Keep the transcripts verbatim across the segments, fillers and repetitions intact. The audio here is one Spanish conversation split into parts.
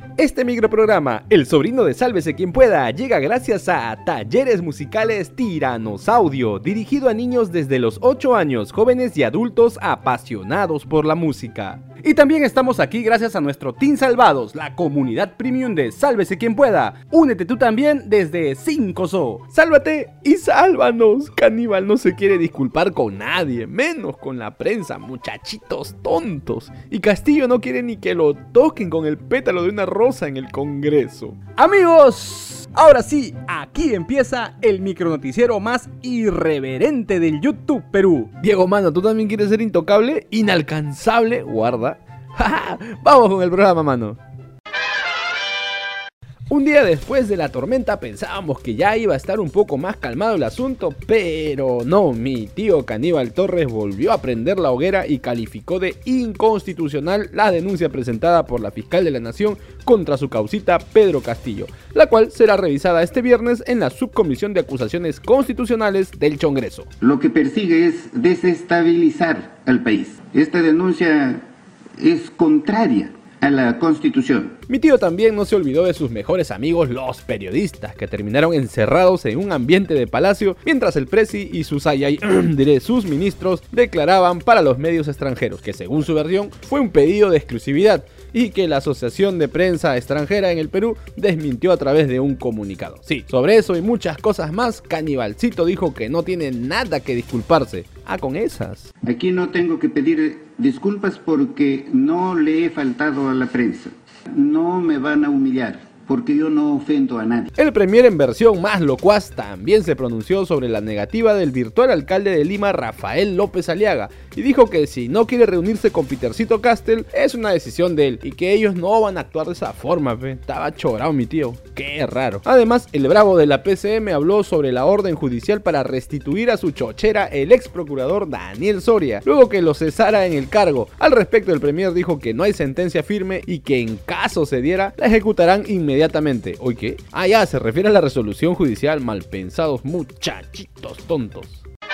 Este microprograma, El sobrino de Sálvese quien pueda, llega gracias a Talleres Musicales Tiranosaudio, dirigido a niños desde los ocho años, jóvenes y adultos apasionados por la música. Y también estamos aquí gracias a nuestro Team Salvados, la comunidad premium de Sálvese quien pueda. Únete tú también desde cinco so. Sálvate y sálvanos. Caníbal no se quiere disculpar con nadie, menos con la prensa, muchachitos tontos. Y Castillo no quiere ni que lo toquen con el pétalo de una rosa en el Congreso. Amigos, ahora sí, aquí empieza el micronoticiero más irreverente del YouTube Perú. Diego Mano, ¿tú también quieres ser intocable? ¿Inalcanzable? Guarda. Vamos con el programa, mano. Un día después de la tormenta pensábamos que ya iba a estar un poco más calmado el asunto, pero no, mi tío Caníbal Torres volvió a prender la hoguera y calificó de inconstitucional la denuncia presentada por la fiscal de la Nación contra su causita Pedro Castillo, la cual será revisada este viernes en la Subcomisión de Acusaciones Constitucionales del Congreso. Lo que persigue es desestabilizar al país. Esta denuncia es contraria a la Constitución. Mi tío también no se olvidó de sus mejores amigos, los periodistas, que terminaron encerrados en un ambiente de palacio mientras el presi y sus ayay, diré, sus ministros declaraban para los medios extranjeros que, según su versión, fue un pedido de exclusividad y que la Asociación de Prensa Extranjera en el Perú desmintió a través de un comunicado. Sí, sobre eso y muchas cosas más, Canibalcito dijo que no tiene nada que disculparse. Ah, con esas. Aquí no tengo que pedir disculpas porque no le he faltado a la prensa. No me van a humillar, porque yo no ofendo a nadie. El premier en versión más locuaz también se pronunció sobre la negativa del virtual alcalde de Lima, Rafael López Aliaga, y dijo que si no quiere reunirse con Petercito Castel, es una decisión de él, y que ellos no van a actuar de esa forma, fe. Estaba chorado mi tío, qué raro. Además, el bravo de la P C M habló sobre la orden judicial para restituir a su chochera el ex procurador Daniel Soria, luego que lo cesara en el cargo. Al respecto, el premier dijo que no hay sentencia firme y que en caso se diera, la ejecutarán inmediatamente. Inmediatamente. ¿Hoy qué? Ah, ya, se refiere a la resolución judicial. Malpensados muchachitos tontos.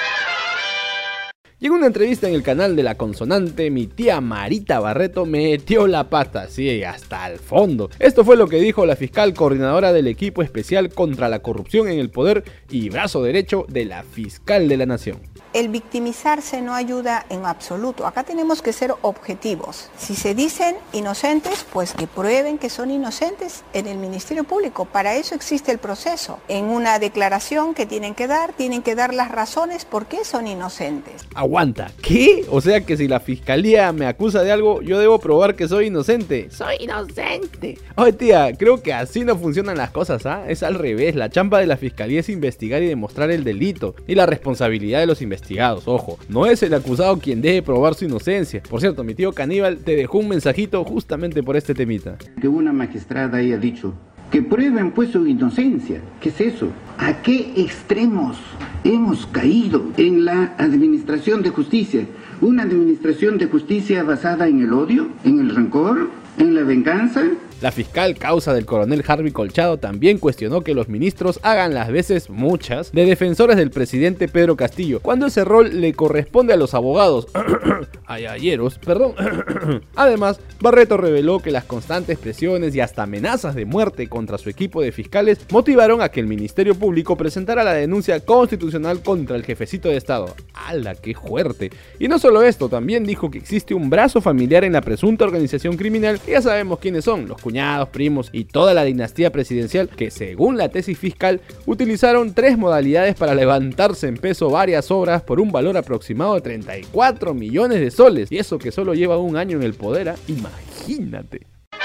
Y en una entrevista en el canal de La Consonante, mi tía Marita Barreto metió la pata, sí, hasta el fondo. Esto fue lo que dijo la fiscal coordinadora del equipo especial contra la corrupción en el poder y brazo derecho de la fiscal de la Nación. El victimizarse no ayuda en absoluto. Acá tenemos que ser objetivos. Si se dicen inocentes, pues que prueben que son inocentes en el Ministerio Público. Para eso existe el proceso. En una declaración que tienen que dar, tienen que dar las razones por qué son inocentes. Aguanta, ¿qué? O sea que si la fiscalía me acusa de algo, yo debo probar que soy inocente. ¡Soy inocente! Oye, tía, creo que así no funcionan las cosas, ¿ah? Es al revés. La chamba de la fiscalía es investigar y demostrar el delito y la responsabilidad de los investigadores. Investigados, ojo, no es el acusado quien debe probar su inocencia. Por cierto, mi tío Caníbal te dejó un mensajito justamente por este temita. Que una magistrada haya dicho que prueben pues su inocencia. ¿Qué es eso? ¿A qué extremos hemos caído en la administración de justicia? ¿Una administración de justicia basada en el odio, en el rencor, en la venganza? La fiscal causa del coronel Harvey Colchado también cuestionó que los ministros hagan las veces, muchas, de defensores del presidente Pedro Castillo, cuando ese rol le corresponde a los abogados, ayayeros, perdón. Además, Barreto reveló que las constantes presiones y hasta amenazas de muerte contra su equipo de fiscales motivaron a que el Ministerio Público presentara la denuncia constitucional contra el jefecito de Estado. ¡Hala, qué fuerte! Y no solo esto, también dijo que existe un brazo familiar en la presunta organización criminal, que ya sabemos quiénes son, los cuñados, primos y toda la dinastía presidencial que, según la tesis fiscal, utilizaron tres modalidades para levantarse en peso varias obras por un valor aproximado de treinta y cuatro millones de soles, y eso que solo lleva un año en el poder, ¿eh? Imagínate.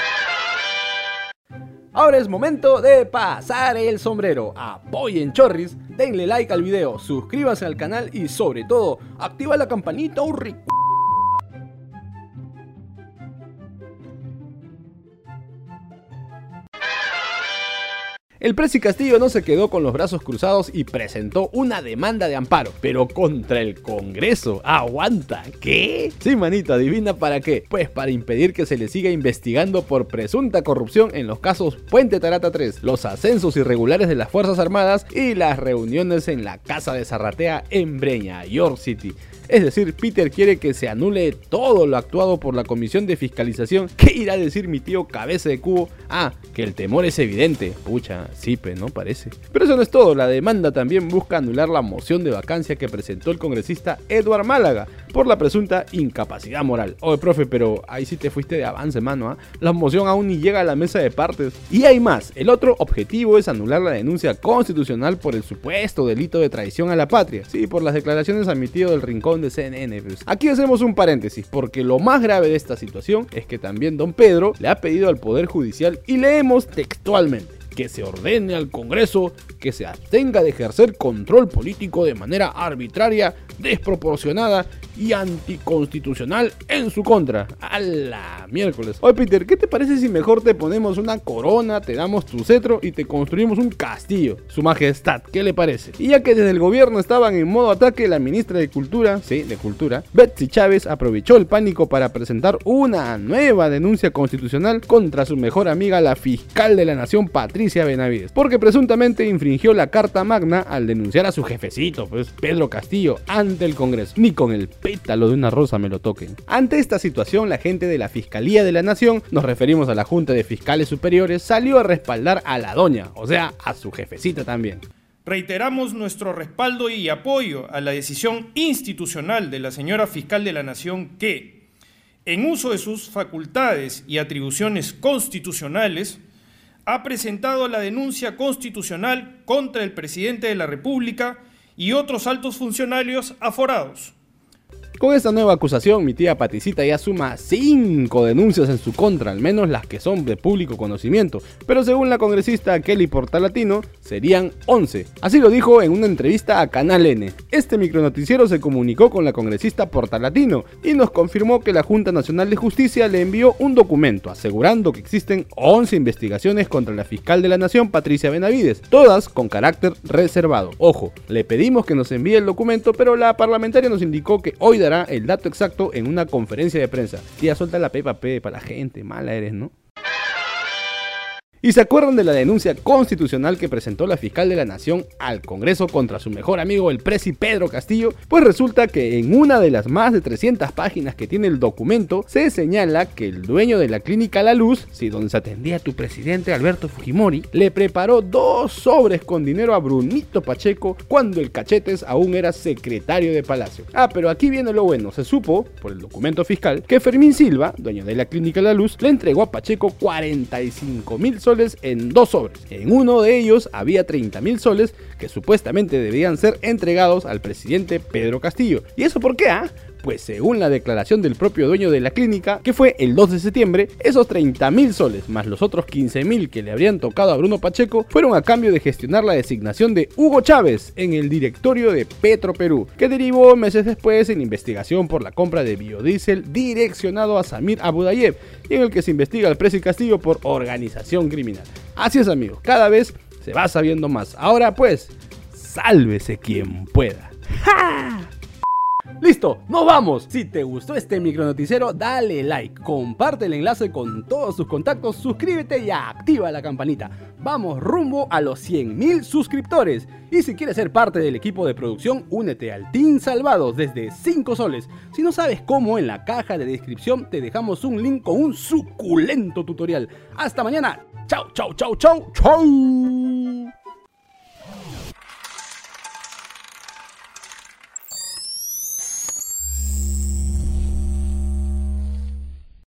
Ahora es momento de pasar el sombrero. Apoyen Chorris, denle like al video, suscríbanse al canal y sobre todo, activa la campanita, un rico. El presi Castillo no se quedó con los brazos cruzados y presentó una demanda de amparo, pero contra el Congreso. ¡Aguanta! ¿Qué? Sí, manito, ¿adivina para qué? Pues para impedir que se le siga investigando por presunta corrupción en los casos Puente Tarata tres, los ascensos irregulares de las Fuerzas Armadas y las reuniones en la casa de Zarratea en Breña, York City. Es decir, Peter quiere que se anule todo lo actuado por la Comisión de Fiscalización. ¿Qué irá a decir mi tío Cabeza de Cubo? Ah, que el temor es evidente. Pucha, sí, pero no parece. Pero eso no es todo, la demanda también busca anular la moción de vacancia que presentó el congresista Edward Málaga por la presunta incapacidad moral. Oye, profe, pero ahí sí te fuiste de avance, mano, ¿eh? La moción aún ni llega a la mesa de partes. Y hay más, el otro objetivo es anular la denuncia constitucional por el supuesto delito de traición a la patria. Sí, por las declaraciones a mi tío del Rincón de C N N. Pues. Aquí hacemos un paréntesis, porque lo más grave de esta situación es que también don Pedro le ha pedido al Poder Judicial, y leemos textualmente, que se ordene al Congreso que se abstenga de ejercer control político de manera arbitraria, desproporcionada y anticonstitucional en su contra. A la miércoles. Oye, Peter, ¿qué te parece si mejor te ponemos una corona, te damos tu cetro y te construimos un castillo? Su majestad, ¿qué le parece? Y ya que desde el gobierno estaban en modo ataque, la ministra de Cultura, sí, de Cultura, Betsy Chávez, aprovechó el pánico para presentar una nueva denuncia constitucional contra su mejor amiga, la fiscal de la Nación, Patricia Benavides, porque presuntamente infringió la Carta Magna al denunciar a su jefecito, pues Pedro Castillo, ante el Congreso. Ni con el pétalo de una rosa me lo toquen. Ante esta situación, la gente de la Fiscalía de la Nación, nos referimos a la Junta de Fiscales Superiores, salió a respaldar a la doña, o sea, a su jefecita también. Reiteramos nuestro respaldo y apoyo a la decisión institucional de la señora Fiscal de la Nación que, en uso de sus facultades y atribuciones constitucionales, ha presentado la denuncia constitucional contra el presidente de la República y otros altos funcionarios aforados. Con esta nueva acusación, mi tía Paticita ya suma cinco denuncias en su contra, al menos las que son de público conocimiento, pero según la congresista Kelly Portalatino, serían once. Así lo dijo en una entrevista a Canal N. Este micronoticiero se comunicó con la congresista Portalatino y nos confirmó que la Junta Nacional de Justicia le envió un documento asegurando que existen once investigaciones contra la fiscal de la Nación, Patricia Benavides, todas con carácter reservado. Ojo, le pedimos que nos envíe el documento, pero la parlamentaria nos indicó que hoy dará el dato exacto en una conferencia de prensa. Tía, suelta la pepa pe para la gente, mala eres, ¿no? ¿Y se acuerdan de la denuncia constitucional que presentó la fiscal de la Nación al Congreso contra su mejor amigo, el presi Pedro Castillo? Pues resulta que en una de las más de trescientas páginas que tiene el documento, se señala que el dueño de la clínica La Luz, sí, donde se atendía tu presidente Alberto Fujimori, le preparó dos sobres con dinero a Brunito Pacheco cuando el Cachetes aún era secretario de Palacio. Ah, pero aquí viene lo bueno. Se supo, por el documento fiscal, que Fermín Silva, dueño de la clínica La Luz, le entregó a Pacheco cuarenta y cinco mil soles en dos sobres. En uno de ellos había treinta mil soles que supuestamente debían ser entregados al presidente Pedro Castillo. ¿Y eso por qué, ah? Pues según la declaración del propio dueño de la clínica, que fue el dos de septiembre, esos treinta mil soles más los otros quince mil que le habrían tocado a Bruno Pacheco fueron a cambio de gestionar la designación de Hugo Chávez en el directorio de Petroperú, que derivó meses después en investigación por la compra de biodiesel direccionado a Samir Abudayev, y en el que se investiga al presi Castillo por organización criminal. Así es, amigos, cada vez se va sabiendo más. Ahora pues, sálvese quien pueda. ¡Ja! ¡Listo! ¡Nos vamos! Si te gustó este micronoticiero, dale like, comparte el enlace con todos tus contactos, suscríbete y activa la campanita. Vamos rumbo a los cien mil suscriptores. Y si quieres ser parte del equipo de producción, únete al Team Salvados desde cinco soles. Si no sabes cómo, en la caja de descripción te dejamos un link con un suculento tutorial. ¡Hasta mañana! ¡Chau, chau, chau, chau, chau!